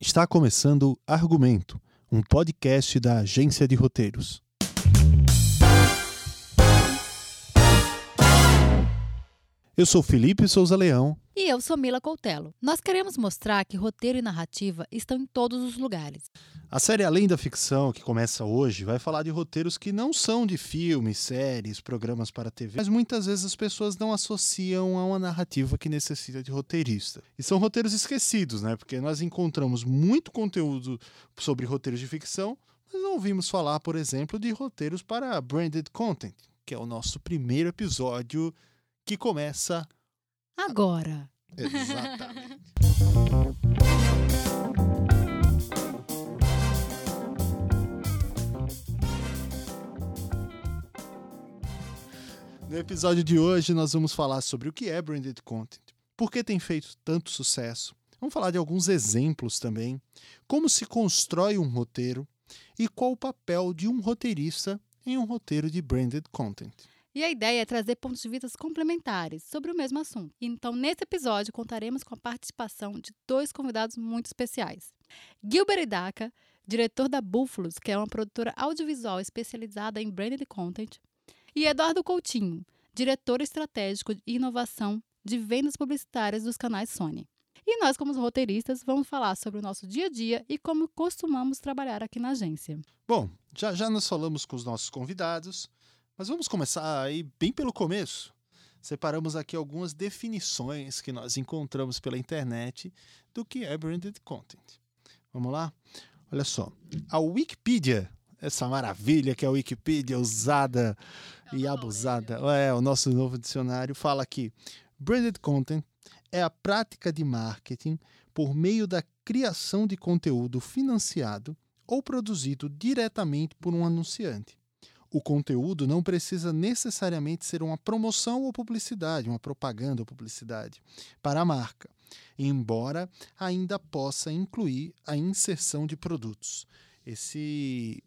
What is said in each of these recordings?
Está começando Argumento, um podcast da Agência de Roteiros. Eu sou Felipe Souza Leão. E eu sou Mila Coutelo. Nós queremos mostrar que roteiro e narrativa estão em todos os lugares. A série Além da Ficção, que começa hoje, vai falar de roteiros que não são de filmes, séries, programas para TV, mas muitas vezes as pessoas não associam a uma narrativa que necessita de roteirista. E são roteiros esquecidos, né? Porque nós encontramos muito conteúdo sobre roteiros de ficção, mas não ouvimos falar, por exemplo, de roteiros para branded content, que é o nosso primeiro episódio que começa agora. Exatamente. No episódio de hoje nós vamos falar sobre o que é branded content, por que tem feito tanto sucesso, vamos falar de alguns exemplos também, como se constrói um roteiro e qual o papel de um roteirista em um roteiro de branded content. E a ideia é trazer pontos de vista complementares sobre o mesmo assunto. Então, nesse episódio, contaremos com a participação de dois convidados muito especiais. Gilbert Idaka, diretor da Búfalos, que é uma produtora audiovisual especializada em branded content, e Eduardo Coutinho, diretor estratégico e inovação de vendas publicitárias dos canais Sony. E nós, como roteiristas, vamos falar sobre o nosso dia a dia e como costumamos trabalhar aqui na agência. Bom, já nós falamos com os nossos convidados, mas vamos começar aí bem pelo começo. Separamos aqui algumas definições que nós encontramos pela internet do que é branded content. Vamos lá? Olha só, a Wikipedia, essa maravilha que é a Wikipedia usada e abusada, o nosso novo dicionário fala que branded content é a prática de marketing por meio da criação de conteúdo financiado ou produzido diretamente por um anunciante. O conteúdo não precisa necessariamente ser uma promoção ou publicidade, uma propaganda ou publicidade para a marca, embora ainda possa incluir a inserção de produtos. Esse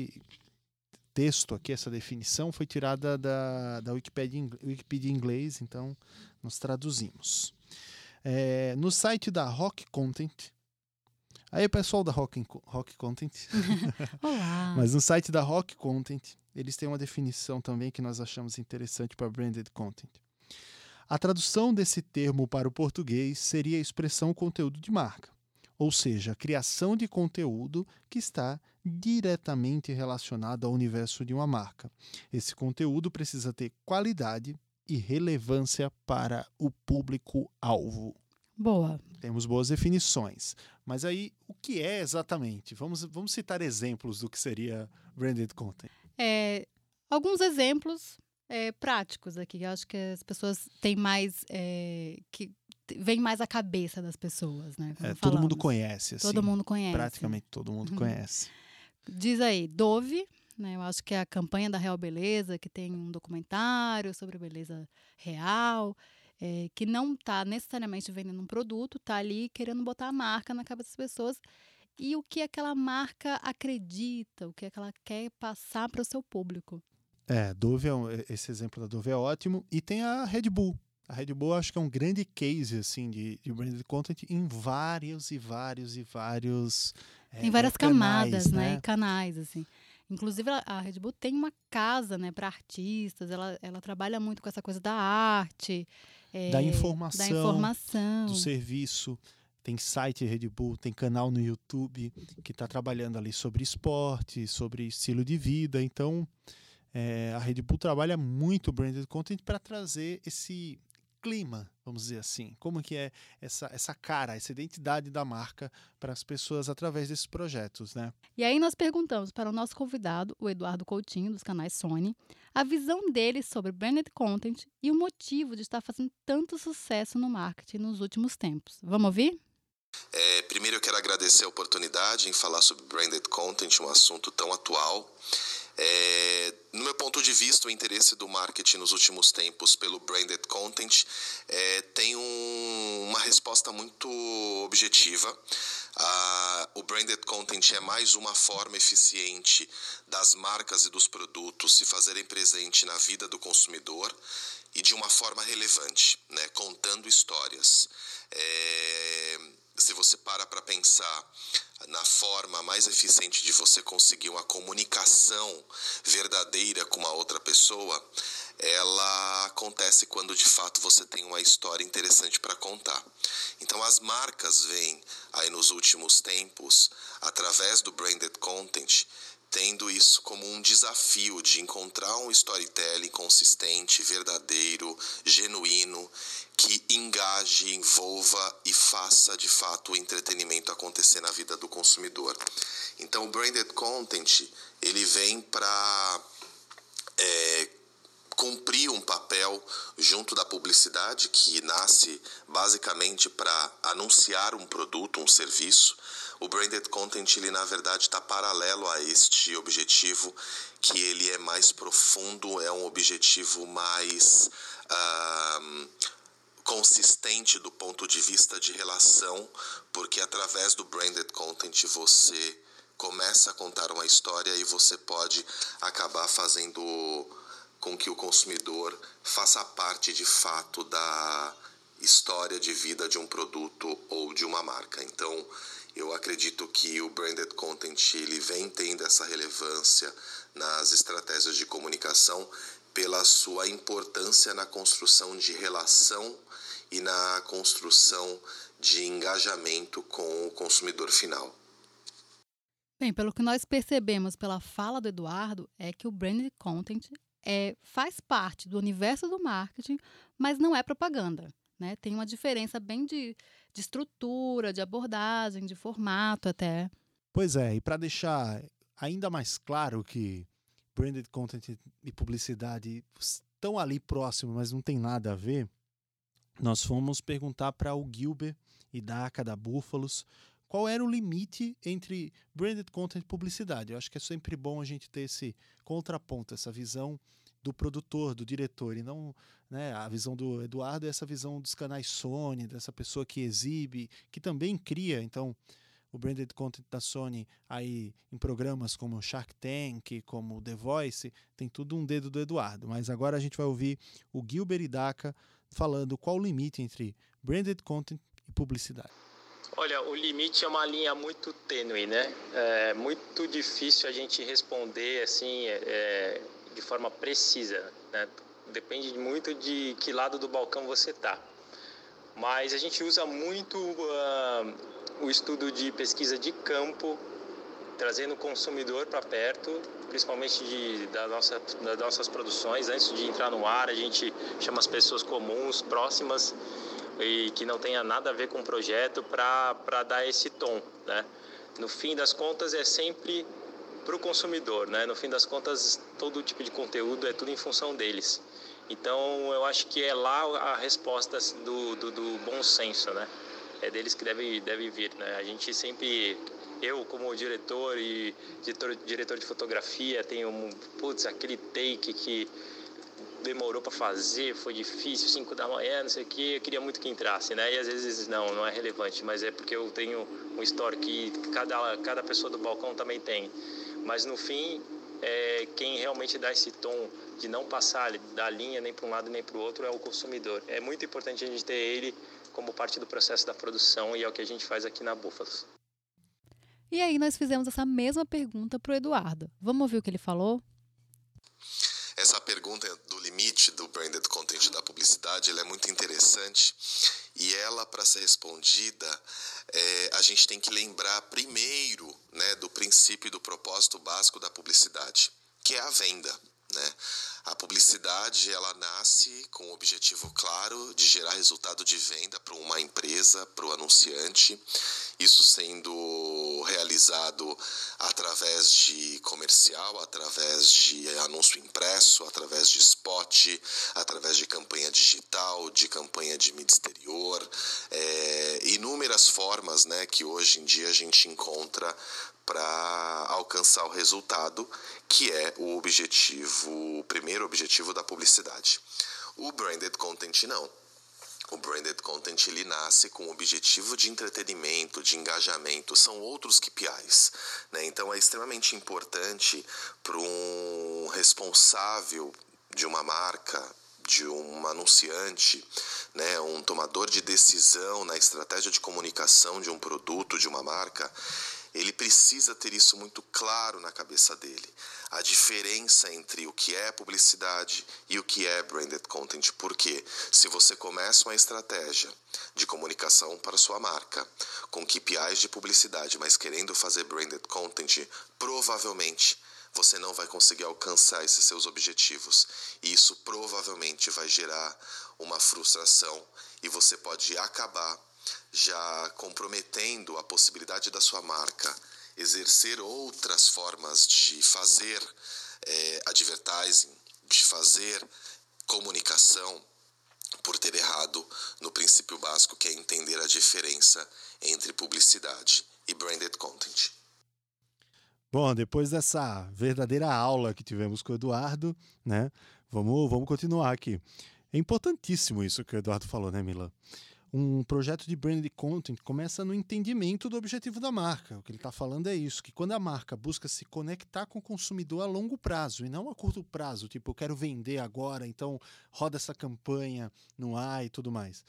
texto aqui, essa definição, foi tirada da Wikipedia em inglês, então nós traduzimos. No site da Rock Content, aí pessoal da Rock Content, Olá! Mas no site da Rock Content, eles têm uma definição também que nós achamos interessante para branded content. A tradução desse termo para o português seria a expressão conteúdo de marca, ou seja, a criação de conteúdo que está diretamente relacionado ao universo de uma marca. Esse conteúdo precisa ter qualidade e relevância para o público-alvo. Boa. Temos boas definições. Mas aí, o que é exatamente? Vamos citar exemplos do que seria branded content. Alguns exemplos práticos aqui. Eu acho que as pessoas têm mais... que vem mais à cabeça das pessoas, né? Todo mundo conhece, assim. Todo mundo conhece. Praticamente todo mundo conhece. Diz aí, Dove, né? Eu acho que é a campanha da Real Beleza, que tem um documentário sobre beleza real, que não está necessariamente vendendo um produto, está ali querendo botar a marca na cabeça das pessoas e o que aquela marca acredita, o que ela quer passar para o seu público. Dove esse exemplo da Dove é ótimo. E tem a Red Bull. A Red Bull acho que é um grande case assim, de branded content em vários. Tem várias camadas, canais, né? E canais, assim. Inclusive, a Red Bull tem uma casa, né, para artistas, ela trabalha muito com essa coisa da arte, da informação, do do serviço. Tem site Red Bull, tem canal no YouTube que está trabalhando ali sobre esporte, sobre estilo de vida. Então, a Red Bull trabalha muito branded content para trazer esse clima, vamos dizer assim. Como que é essa cara, essa identidade da marca para as pessoas através desses projetos, né? E aí nós perguntamos para o nosso convidado, o Eduardo Coutinho, dos canais Sony, a visão dele sobre branded content e o motivo de estar fazendo tanto sucesso no marketing nos últimos tempos. Vamos ouvir? Primeiro eu quero agradecer a oportunidade em falar sobre branded content, um assunto tão atual. No meu ponto de vista, o interesse do marketing nos últimos tempos pelo branded content tem uma resposta muito objetiva. O branded content é mais uma forma eficiente das marcas e dos produtos se fazerem presente na vida do consumidor e de uma forma relevante, né, contando histórias. se você para pensar na forma mais eficiente de você conseguir uma comunicação verdadeira com uma outra pessoa, ela acontece quando de fato você tem uma história interessante para contar. Então as marcas vêm aí nos últimos tempos, através do branded content, tendo isso como um desafio de encontrar um storytelling consistente, verdadeiro, genuíno, que engaje, envolva e faça de fato o entretenimento acontecer na vida do consumidor. Então o branded content, ele vem para cumprir um papel junto da publicidade, que nasce basicamente para anunciar um produto, um serviço. O branded content, ele na verdade está paralelo a este objetivo, que ele é mais profundo, é um objetivo mais consistente do ponto de vista de relação, porque através do branded content você começa a contar uma história e você pode acabar fazendo com que o consumidor faça parte de fato da história de vida de um produto ou de uma marca. Então, eu acredito que o branded content ele vem tendo essa relevância nas estratégias de comunicação pela sua importância na construção de relação e na construção de engajamento com o consumidor final. Bem, pelo que nós percebemos pela fala do Eduardo, é que o branded content faz parte do universo do marketing, mas não é propaganda, né? Tem uma diferença bem de estrutura, de abordagem, de formato até. Pois é, e para deixar ainda mais claro que branded content e publicidade estão ali próximos, mas não tem nada a ver, nós fomos perguntar para o Gilbert Idaka da Búfalos qual era o limite entre branded content e publicidade. Eu acho que é sempre bom a gente ter esse contraponto, essa visão do produtor, do diretor, e não, né, a visão do Eduardo é essa visão dos canais Sony, dessa pessoa que exibe, que também cria. Então, o branded content da Sony aí em programas como Shark Tank, como The Voice, tem tudo um dedo do Eduardo. Mas agora a gente vai ouvir o Gilbert Idaka falando qual o limite entre branded content e publicidade. Olha, o limite é uma linha muito tênue, né? É muito difícil a gente responder assim, de forma precisa, né? Depende muito de que lado do balcão você está. Mas a gente usa muito o estudo de pesquisa de campo, trazendo o consumidor para perto, principalmente das nossas produções. Antes de entrar no ar, a gente chama as pessoas comuns, próximas, e que não tenha nada a ver com o projeto para dar esse tom, né? No fim das contas é sempre para o consumidor, né? No fim das contas todo tipo de conteúdo é tudo em função deles. Então eu acho que é lá a resposta do bom senso, né? É deles que deve vir, né? A gente sempre, eu como diretor e diretor de fotografia, tenho aquele take que demorou para fazer, foi difícil, 5 da manhã, não sei o que, eu queria muito que entrasse, né? E às vezes não é relevante, mas é porque eu tenho um story que cada pessoa do balcão também tem. Mas no fim, quem realmente dá esse tom de não passar da linha nem para um lado nem para o outro é o consumidor. É muito importante a gente ter ele como parte do processo da produção e é o que a gente faz aqui na Búfalos. E aí nós fizemos essa mesma pergunta para o Eduardo. Vamos ouvir o que ele falou? Essa pergunta do limite do branded content da publicidade, ela é muito interessante e ela, para ser respondida, a gente tem que lembrar primeiro, né, do princípio e do propósito básico da publicidade, que é a venda, né? A publicidade, ela nasce com o objetivo claro de gerar resultado de venda para uma empresa, para o anunciante, isso sendo realizado através de comercial, através de anúncio impresso, através de spot, através de campanha digital, de campanha de mídia exterior, inúmeras formas, né, que hoje em dia a gente encontra para alcançar o resultado, que é o primeiro objetivo da publicidade. O branded content não. O branded content ele nasce com o objetivo de entretenimento, de engajamento, são outros KPIs, né? Então é extremamente importante para um responsável de uma marca, de um anunciante, né, um tomador de decisão na estratégia de comunicação de um produto, de uma marca, ele precisa ter isso muito claro na cabeça dele. A diferença entre o que é publicidade e o que é branded content. Porque se você começa uma estratégia de comunicação para sua marca com KPIs de publicidade, mas querendo fazer branded content, provavelmente você não vai conseguir alcançar esses seus objetivos. E isso provavelmente vai gerar uma frustração e você pode acabar já comprometendo a possibilidade da sua marca exercer outras formas de fazer advertising, de fazer comunicação, por ter errado no princípio básico, que é entender a diferença entre publicidade e branded content. Bom, depois dessa verdadeira aula que tivemos com o Eduardo, né, vamos continuar aqui. É importantíssimo isso que o Eduardo falou, né, Mila? Um projeto de branded content começa no entendimento do objetivo da marca. O que ele está falando é isso, que quando a marca busca se conectar com o consumidor a longo prazo e não a curto prazo, tipo, eu quero vender agora, então roda essa campanha no ar e tudo mais.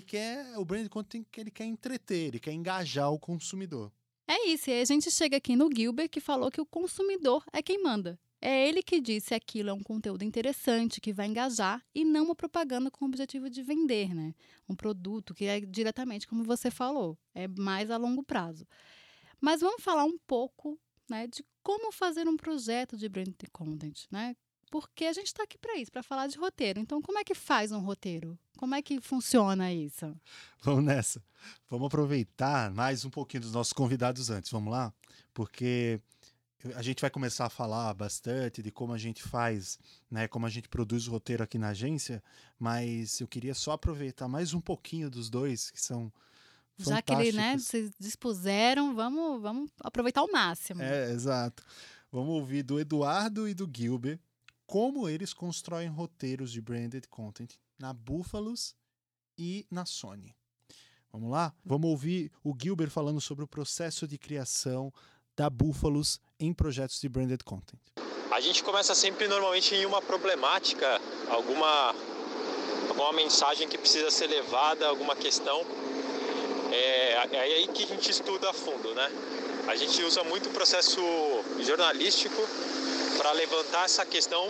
O branded content que ele quer entreter, ele quer engajar o consumidor. É isso, e aí a gente chega aqui no Gilbert, que falou que o consumidor é quem manda. É ele que diz se aquilo é um conteúdo interessante, que vai engajar, e não uma propaganda com o objetivo de vender, né? Um produto que é diretamente, como você falou, é mais a longo prazo. Mas vamos falar um pouco, né, de como fazer um projeto de branded content, né? Porque a gente está aqui para isso, para falar de roteiro. Então, como é que faz um roteiro? Como é que funciona isso? Vamos nessa. Vamos aproveitar mais um pouquinho dos nossos convidados antes. Vamos lá? Porque a gente vai começar a falar bastante de como a gente faz, né, como a gente produz o roteiro aqui na agência, mas eu queria só aproveitar mais um pouquinho dos dois, que são já que ele, né, se dispuseram, vamos aproveitar ao máximo. Exato. Vamos ouvir do Eduardo e do Gilbert como eles constroem roteiros de branded content na Búfalos e na Sony. Vamos lá? Vamos ouvir o Gilbert falando sobre o processo de criação da Búfalos em projetos de branded content. A gente começa sempre normalmente em uma problemática, alguma mensagem que precisa ser levada, alguma questão. É aí que a gente estuda a fundo, né? A gente usa muito o processo jornalístico para levantar essa questão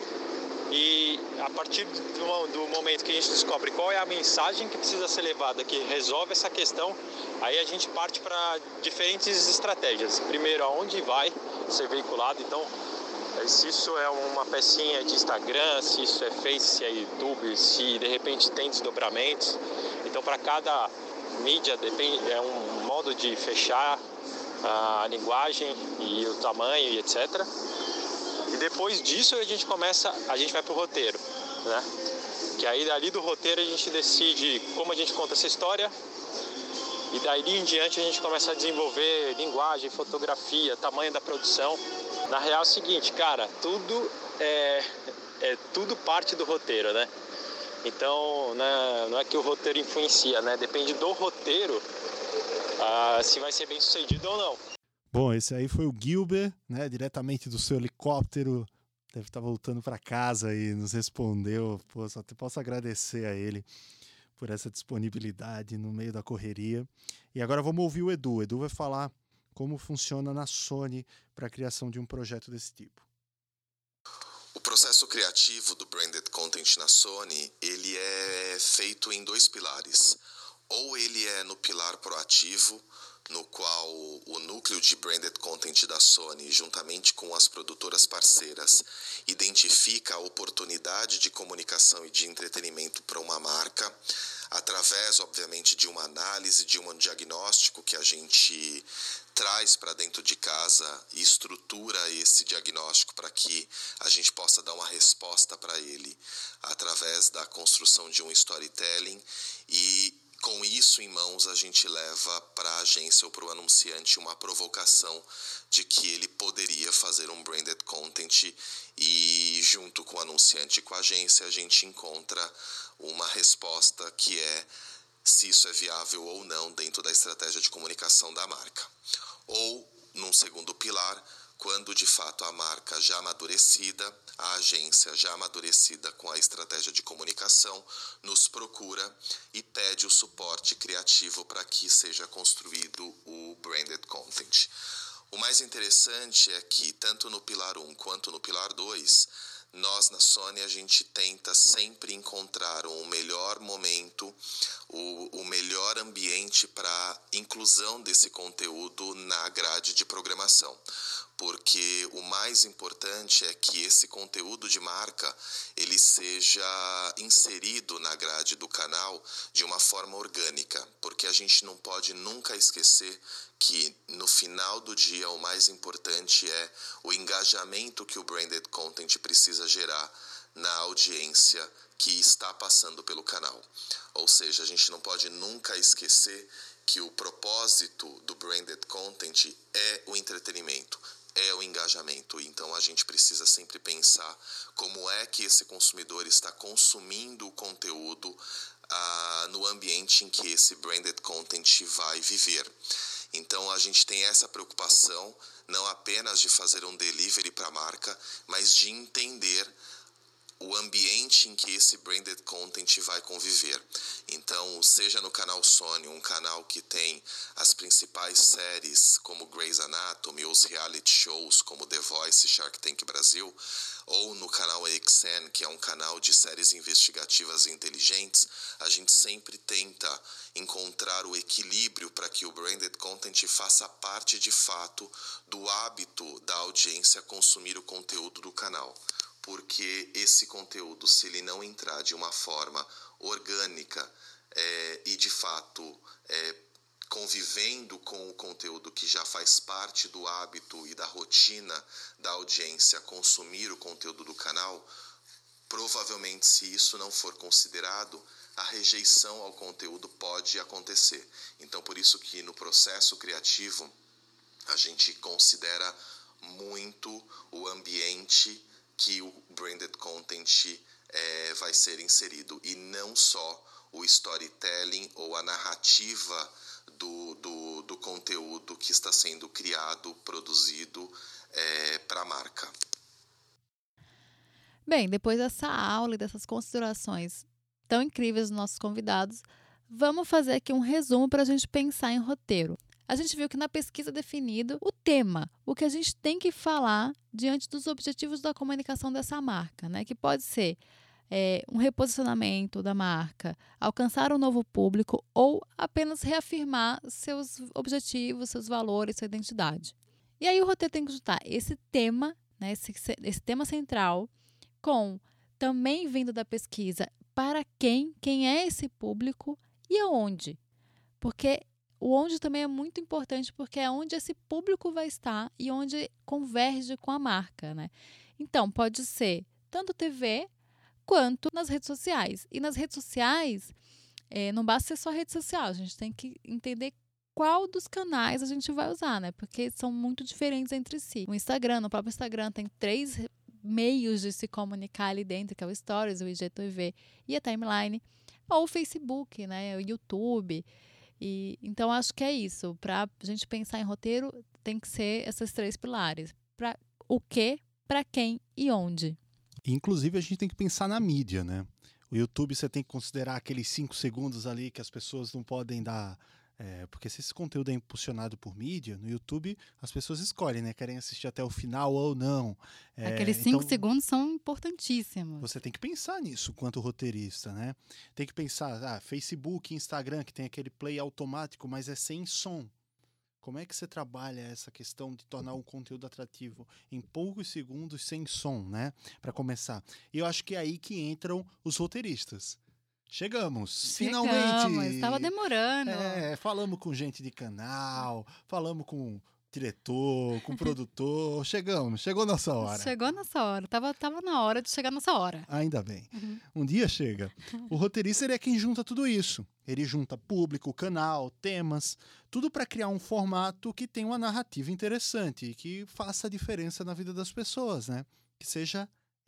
e a partir do momento que a gente descobre qual é a mensagem que precisa ser levada, que resolve essa questão, aí a gente parte para diferentes estratégias. Primeiro, aonde vai ser veiculado, então se isso é uma pecinha de Instagram, se isso é Face, se é YouTube, se de repente tem desdobramentos. Então para cada mídia é um modo de fechar a linguagem e o tamanho e etc. E depois disso a gente vai para o roteiro, né? Que aí dali do roteiro a gente decide como a gente conta essa história e daí em diante a gente começa a desenvolver linguagem, fotografia, tamanho da produção. Na real é o seguinte, cara, tudo parte do roteiro, né? Então, né, não é que o roteiro influencia, né? Depende do roteiro se vai ser bem sucedido ou não. Bom, esse aí foi o Gilbert, né, diretamente do seu helicóptero, deve estar voltando para casa e nos respondeu. Pô, só posso agradecer a ele por essa disponibilidade no meio da correria. E agora vamos ouvir o Edu. O Edu vai falar como funciona na Sony para a criação de um projeto desse tipo. O processo criativo do branded content na Sony, ele é feito em 2 pilares. Ou ele é no pilar proativo, no qual o núcleo de branded content da Sony, juntamente com as produtoras parceiras, identifica a oportunidade de comunicação e de entretenimento para uma marca, através, obviamente, de uma análise, de um diagnóstico que a gente traz para dentro de casa e estrutura esse diagnóstico para que a gente possa dar uma resposta para ele através da construção de um storytelling e com isso em mãos, a gente leva para a agência ou para o anunciante uma provocação de que ele poderia fazer um branded content e junto com o anunciante e com a agência a gente encontra uma resposta que é se isso é viável ou não dentro da estratégia de comunicação da marca. Ou, num segundo pilar, quando de fato a marca já amadurecida, a agência já amadurecida com a estratégia de comunicação, nos procura e pede o suporte criativo para que seja construído o branded content. O mais interessante é que tanto no Pilar 1 quanto no Pilar 2, nós na Sony a gente tenta sempre encontrar um melhor momento, o melhor ambiente para inclusão desse conteúdo na grade de programação. Porque o mais importante é que esse conteúdo de marca ele seja inserido na grade do canal de uma forma orgânica, porque a gente não pode nunca esquecer que no final do dia o mais importante é o engajamento que o branded content precisa gerar na audiência que está passando pelo canal. Ou seja, a gente não pode nunca esquecer que o propósito do branded content é o entretenimento, é o engajamento. Então a gente precisa sempre pensar como é que esse consumidor está consumindo o conteúdo no ambiente em que esse branded content vai viver. Então a gente tem essa preocupação não apenas de fazer um delivery para a marca, mas de entender o ambiente em que esse branded content vai conviver. Então, seja no canal Sony, um canal que tem as principais séries como Grey's Anatomy, os reality shows como The Voice e Shark Tank Brasil, ou no canal AXN, que é um canal de séries investigativas e inteligentes, a gente sempre tenta encontrar o equilíbrio para que o branded content faça parte de fato do hábito da audiência consumir o conteúdo do canal. Porque esse conteúdo, se ele não entrar de uma forma orgânica e de fato convivendo com o conteúdo que já faz parte do hábito e da rotina da audiência consumir o conteúdo do canal, provavelmente, se isso não for considerado, a rejeição ao conteúdo pode acontecer. Então, por isso que no processo criativo a gente considera muito o ambiente que o branded content vai ser inserido, e não só o storytelling ou a narrativa do conteúdo que está sendo criado, produzido para a marca. Bem, depois dessa aula e dessas considerações tão incríveis dos nossos convidados, vamos fazer aqui um resumo para a gente pensar em roteiro. A gente viu que na pesquisa é definido o tema, o que a gente tem que falar diante dos objetivos da comunicação dessa marca, né? Que pode ser um reposicionamento da marca, alcançar um novo público ou apenas reafirmar seus objetivos, seus valores, sua identidade. E aí o roteiro tem que juntar esse tema, né? Esse tema central, com também vindo da pesquisa para quem é esse público e aonde. Porque o onde também é muito importante, porque é onde esse público vai estar e onde converge com a marca, né? Então, pode ser tanto TV quanto nas redes sociais. E nas redes sociais, não basta ser só rede social, a gente tem que entender qual dos canais a gente vai usar, né? Porque são muito diferentes entre si. No próprio Instagram, tem 3 meios de se comunicar ali dentro, que é o Stories, o IGTV e a Timeline, ou o Facebook, né? O YouTube. Então, acho que é isso. Para a gente pensar em roteiro, tem que ser esses 3 pilares. Para o quê, para quem e onde. Inclusive, a gente tem que pensar na mídia, né? O YouTube, você tem que considerar aqueles 5 segundos ali que as pessoas não podem dar... porque se esse conteúdo é impulsionado por mídia, no YouTube as pessoas escolhem, né? Querem assistir até o final ou não. Aqueles 5 segundos são importantíssimos. Você tem que pensar nisso quanto roteirista, né? Tem que pensar, Facebook, Instagram, que tem aquele play automático, mas é sem som. Como é que você trabalha essa questão de tornar um conteúdo atrativo em poucos segundos sem som, né? Para começar. E eu acho que é aí que entram os roteiristas. Chegamos, finalmente! Estava demorando. Falamos com gente de canal, falamos com diretor, com produtor. Chegou nossa hora. Chegou nossa hora. Tava na hora de chegar nossa hora. Ainda bem. Um dia chega. O roteirista ele é quem junta tudo isso. Ele junta público, canal, temas, tudo para criar um formato que tenha uma narrativa interessante e que faça a diferença na vida das pessoas, né? Que seja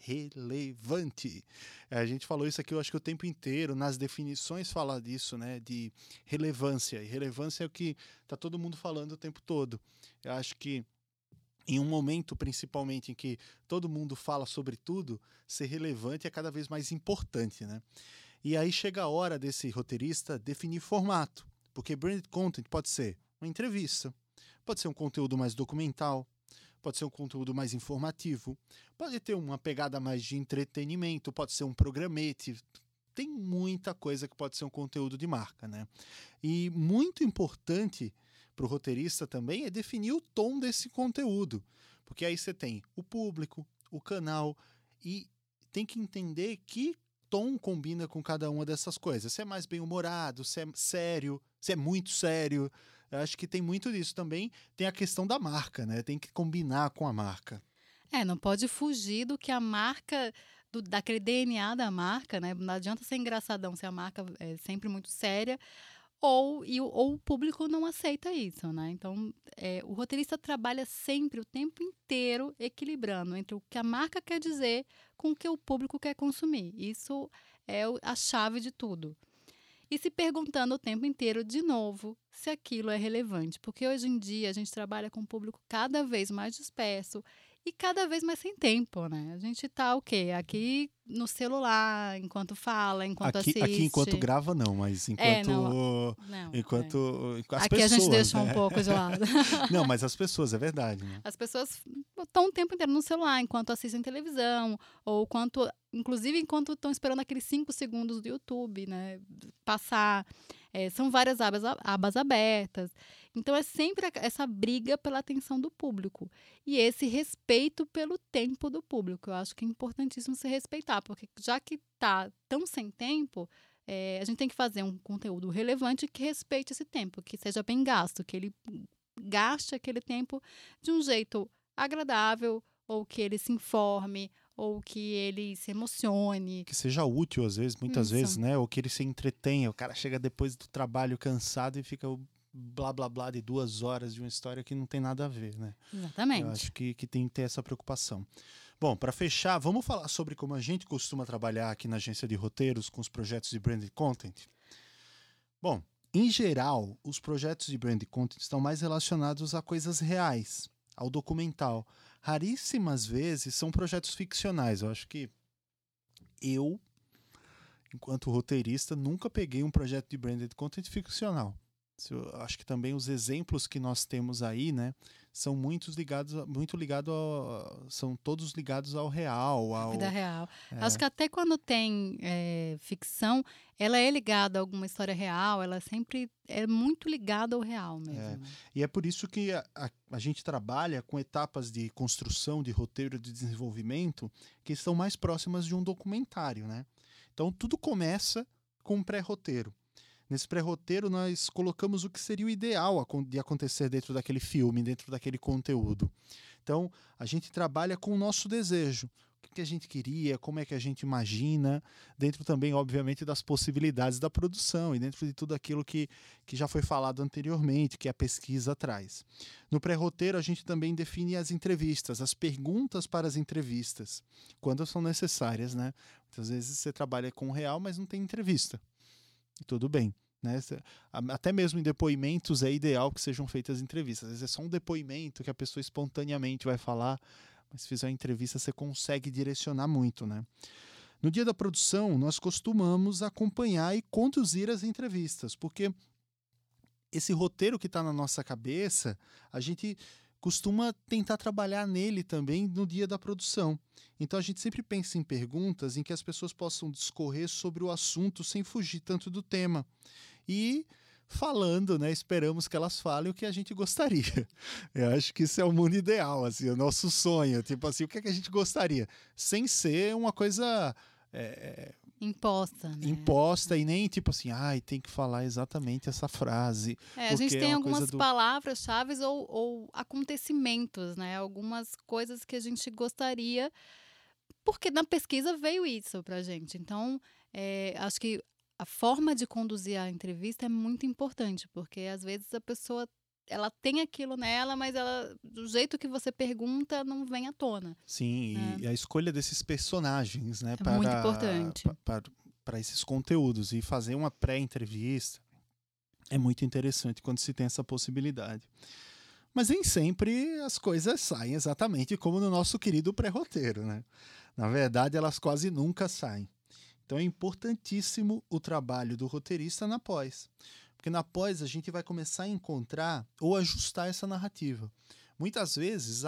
relevante. A gente falou isso aqui, eu acho que o tempo inteiro, nas definições fala disso, né, de relevância. E relevância é o que tá todo mundo falando o tempo todo. Eu acho que em um momento, principalmente, em que todo mundo fala sobre tudo, ser relevante é cada vez mais importante, né? E aí chega a hora desse roteirista definir formato, porque branded content pode ser uma entrevista, pode ser um conteúdo mais documental, pode ser um conteúdo mais informativo, pode ter uma pegada mais de entretenimento, pode ser um programete. Tem muita coisa que pode ser um conteúdo de marca, né? E muito importante para o roteirista também é definir o tom desse conteúdo, porque aí você tem o público, o canal, e tem que entender que tom combina com cada uma dessas coisas. Se é mais bem-humorado, se é sério, se é muito sério. Eu acho que tem muito disso também. Tem a questão da marca, né? Tem que combinar com a marca. Não pode fugir do que a marca, daquele DNA da marca, né? Não adianta ser engraçadão se a marca é sempre muito séria, ou o público não aceita isso, né? Então, o roteirista trabalha sempre, o tempo inteiro, equilibrando entre o que a marca quer dizer com o que o público quer consumir. Isso é a chave de tudo. E se perguntando o tempo inteiro, de novo, se aquilo é relevante. Porque hoje em dia a gente trabalha com um público cada vez mais disperso e cada vez mais sem tempo, né? A gente tá o quê? Aqui no celular, enquanto fala, enquanto assiste. Aqui enquanto grava não, mas enquanto... As aqui pessoas, a gente deixou né? um pouco de lado. Não, mas as pessoas, é verdade, né? As pessoas estão o tempo inteiro no celular, enquanto assistem televisão, ou inclusive enquanto estão esperando aqueles 5 segundos do YouTube, né? Passar. São várias abas abertas. Então, é sempre essa briga pela atenção do público. E esse respeito pelo tempo do público. Eu acho que é importantíssimo se respeitar, porque já que está tão sem tempo, a gente tem que fazer um conteúdo relevante que respeite esse tempo, que seja bem gasto, que ele gaste aquele tempo de um jeito agradável, ou que ele se informe, ou que ele se emocione. Que seja útil, às vezes, muitas Isso. vezes, né? Ou que ele se entretenha. O cara chega depois do trabalho cansado e fica blá, blá, blá de 2 horas de uma história que não tem nada a ver, né? Exatamente. Eu acho que tem que ter essa preocupação. Bom, para fechar, vamos falar sobre como a gente costuma trabalhar aqui na agência de roteiros com os projetos de branded content? Bom, em geral, os projetos de branded content estão mais relacionados a coisas reais, ao documental. Raríssimas vezes são projetos ficcionais. Eu acho que enquanto roteirista, nunca peguei um projeto de branded content ficcional. Eu acho que também os exemplos que nós temos aí, né, são são todos ligados ao real, à vida real. Acho que até quando tem ficção, ela é ligada a alguma história real, ela sempre é muito ligada ao real mesmo. E é por isso que a gente trabalha com etapas de construção, de roteiro, de desenvolvimento, que estão mais próximas de um documentário, né? Então, tudo começa com um pré-roteiro. Nesse pré-roteiro, nós colocamos o que seria o ideal de acontecer dentro daquele filme, dentro daquele conteúdo. Então, a gente trabalha com o nosso desejo. O que a gente queria, como é que a gente imagina, dentro também, obviamente, das possibilidades da produção e dentro de tudo aquilo que já foi falado anteriormente, que a pesquisa traz. No pré-roteiro, a gente também define as entrevistas, as perguntas para as entrevistas, quando são necessárias, né? Muitas vezes você trabalha com o real, mas não tem entrevista. E tudo bem, né? Até mesmo em depoimentos é ideal que sejam feitas entrevistas. Às vezes é só um depoimento que a pessoa espontaneamente vai falar, mas se fizer uma entrevista você consegue direcionar muito, né? No dia da produção, nós costumamos acompanhar e conduzir as entrevistas, porque esse roteiro que está na nossa cabeça, a gente costuma tentar trabalhar nele também no dia da produção. Então a gente sempre pensa em perguntas em que as pessoas possam discorrer sobre o assunto sem fugir tanto do tema. E falando, né, esperamos que elas falem o que a gente gostaria. Eu acho que isso é o mundo ideal, assim, o nosso sonho. Tipo assim, o que é que a gente gostaria? Sem ser uma coisa... imposta, né? Imposta e nem tipo assim, tem que falar exatamente essa frase. A gente tem algumas palavras-chave ou acontecimentos, né? Algumas coisas que a gente gostaria, porque na pesquisa veio isso pra gente. Então, acho que a forma de conduzir a entrevista é muito importante, porque às vezes a pessoa ela tem aquilo nela, mas do jeito que você pergunta, não vem à tona. Sim, e a escolha desses personagens, né? É muito importante. Para esses conteúdos. E fazer uma pré-entrevista é muito interessante quando se tem essa possibilidade. Mas nem sempre as coisas saem exatamente como no nosso querido pré-roteiro, né? Na verdade, elas quase nunca saem. Então é importantíssimo o trabalho do roteirista na pós. Porque na pós a gente vai começar a encontrar ou ajustar essa narrativa. Muitas vezes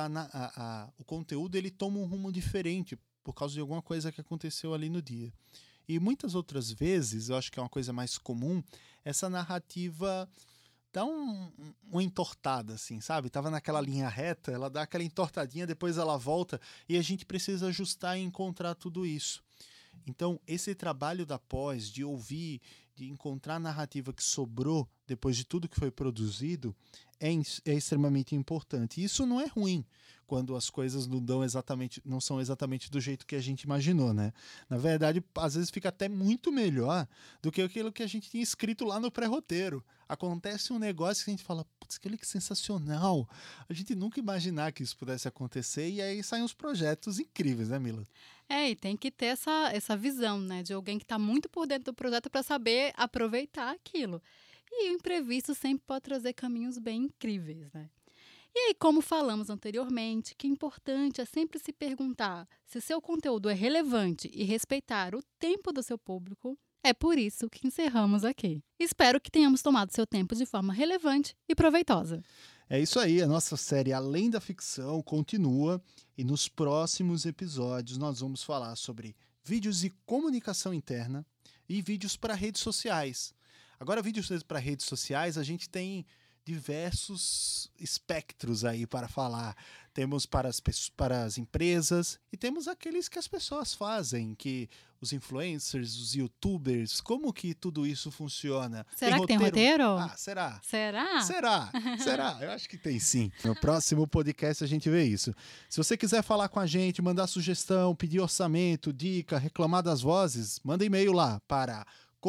o conteúdo ele toma um rumo diferente por causa de alguma coisa que aconteceu ali no dia. E muitas outras vezes, eu acho que é uma coisa mais comum, essa narrativa dá uma entortada, assim, sabe? Tava naquela linha reta, ela dá aquela entortadinha, depois ela volta e a gente precisa ajustar e encontrar tudo isso. Então, esse trabalho da pós, de ouvir, de encontrar a narrativa que sobrou depois de tudo que foi produzido, é extremamente importante. E isso não é ruim, quando as coisas não são exatamente do jeito que a gente imaginou, né? Na verdade, às vezes fica até muito melhor do que aquilo que a gente tinha escrito lá no pré-roteiro. Acontece um negócio que a gente fala, putz, que sensacional. A gente nunca imaginar que isso pudesse acontecer e aí saem uns projetos incríveis, né, Mila? E tem que ter essa visão, né, de alguém que está muito por dentro do projeto para saber aproveitar aquilo. E o imprevisto sempre pode trazer caminhos bem incríveis, né? E aí, como falamos anteriormente, que importante é sempre se perguntar se seu conteúdo é relevante e respeitar o tempo do seu público. É por isso que encerramos aqui. Espero que tenhamos tomado seu tempo de forma relevante e proveitosa. É isso aí, a nossa série Além da Ficção continua e nos próximos episódios nós vamos falar sobre vídeos de comunicação interna e vídeos para redes sociais. Agora, vídeos para redes sociais, a gente tem diversos espectros aí para falar. Temos para as empresas e temos aqueles que as pessoas fazem, que os influencers, os youtubers, como que tudo isso funciona? Será que tem roteiro? Será? Será? Será? Eu acho que tem sim. No próximo podcast a gente vê isso. Se você quiser falar com a gente, mandar sugestão, pedir orçamento, dica, reclamar das vozes, manda e-mail lá para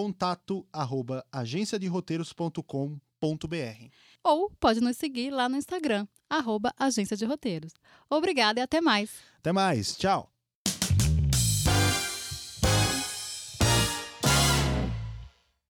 contato@agenciaderoteiros.com.br. Ou pode nos seguir lá no Instagram, @Agência de Roteiros. Obrigada e até mais. Até mais. Tchau.